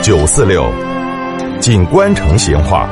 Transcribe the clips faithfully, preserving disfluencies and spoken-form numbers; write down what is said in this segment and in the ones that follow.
九四六，锦官城闲话。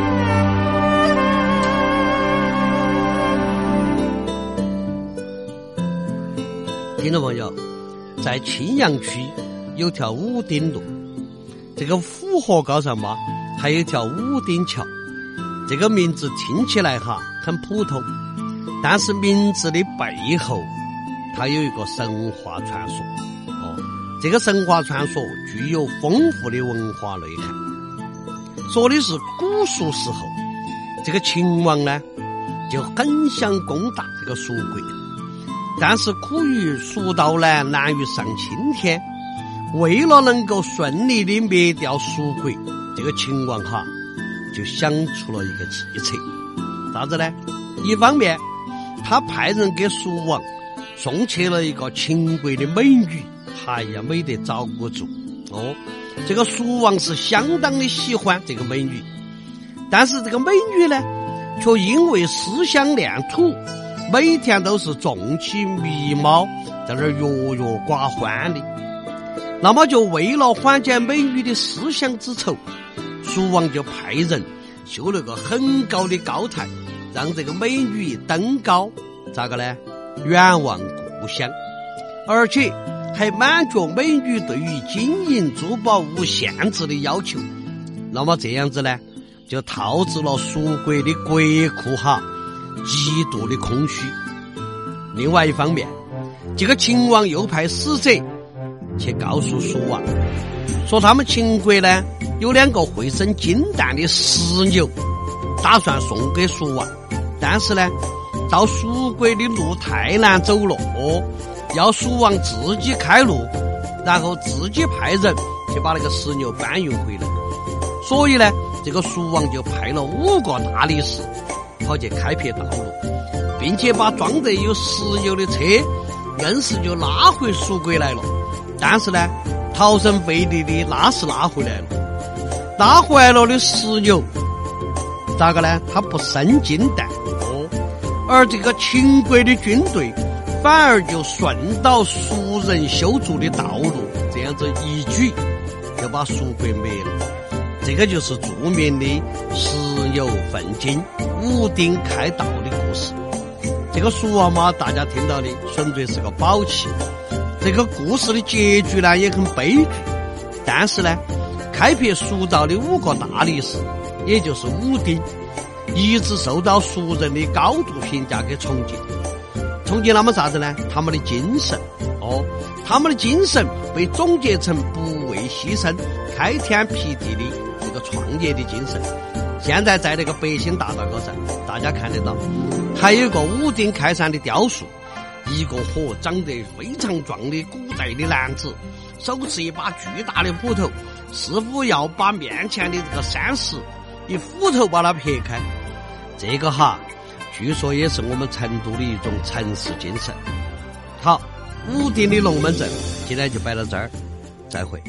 听众朋友，在青阳区有条武丁路，这个府河高上嘛，还有一条武丁桥。这个名字听起来哈很普通，但是名字的背后，它有一个神话传说。哦，这个神话传说具有丰富的文化内涵。说的是古蜀时候，这个秦王呢就很想攻打这个蜀国，但是苦于蜀道难，难于上青天。为了能够顺利的灭掉蜀国，这个秦王哈就想出了一个计策。啥子呢？一方面他派人给蜀王送去了一个秦国的美女，哎呀，美得遭不住哦。这个蜀王是相当的喜欢这个美女，但是这个美女呢却因为思想恋土，每天都是纵起眉毛在那儿郁郁寡欢的。那么就为了缓解美女的思想之愁，蜀王就派人修了个很高的高台，让这个美女登高，咋个呢？远望故乡，而且还满足美女对于金银珠宝无限制的要求。那么这样子呢，就套致了蜀国的国库哈极度的空虚。另外一方面，这个秦王又派使者去告诉蜀王，说他们秦国呢有两个会生金蛋的石牛，打算送给蜀王，但是呢到蜀国的路太难走了哦，要蜀王自己开路，然后自己派人去把那个石牛搬运回来。所以呢这个蜀王就派了五个大力士跑去开辟道路，并且把装得有石牛的车硬是就拉回蜀国来了。但是呢逃生费力的拉是拉回来了，拉回来了的石牛咋个呢？它不生金蛋哦，而这个秦国的军队反而就顺到蜀人修筑的道路，这样子一举就把蜀国灭了。这个就是著名的石牛奋金，武丁开道的故事。这个蜀王嘛，大家听到的纯粹是个宝气。这个故事的结局呢也很悲剧，但是呢开辟蜀道的五个大力士，也就是武丁，一直受到蜀人的高度评价跟崇敬。崇敬他们啥子呢？他们的精神哦，他们的精神被总结成不畏牺牲、开天辟地的这个创业的精神。现在在那个北新大道高上，大家看得到，还有个武丁开山的雕塑，一个火长得非常壮的古代的男子，手持一把巨大的斧头，似乎要把面前的这个山石一斧头把它劈开。这个哈据说也是我们成都的一种城市精神。好，武丁的龙门阵今天就摆到这儿，再会。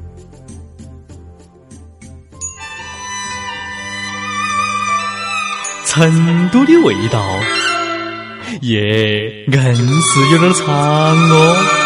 成都的味道，耶，硬是有点长哦。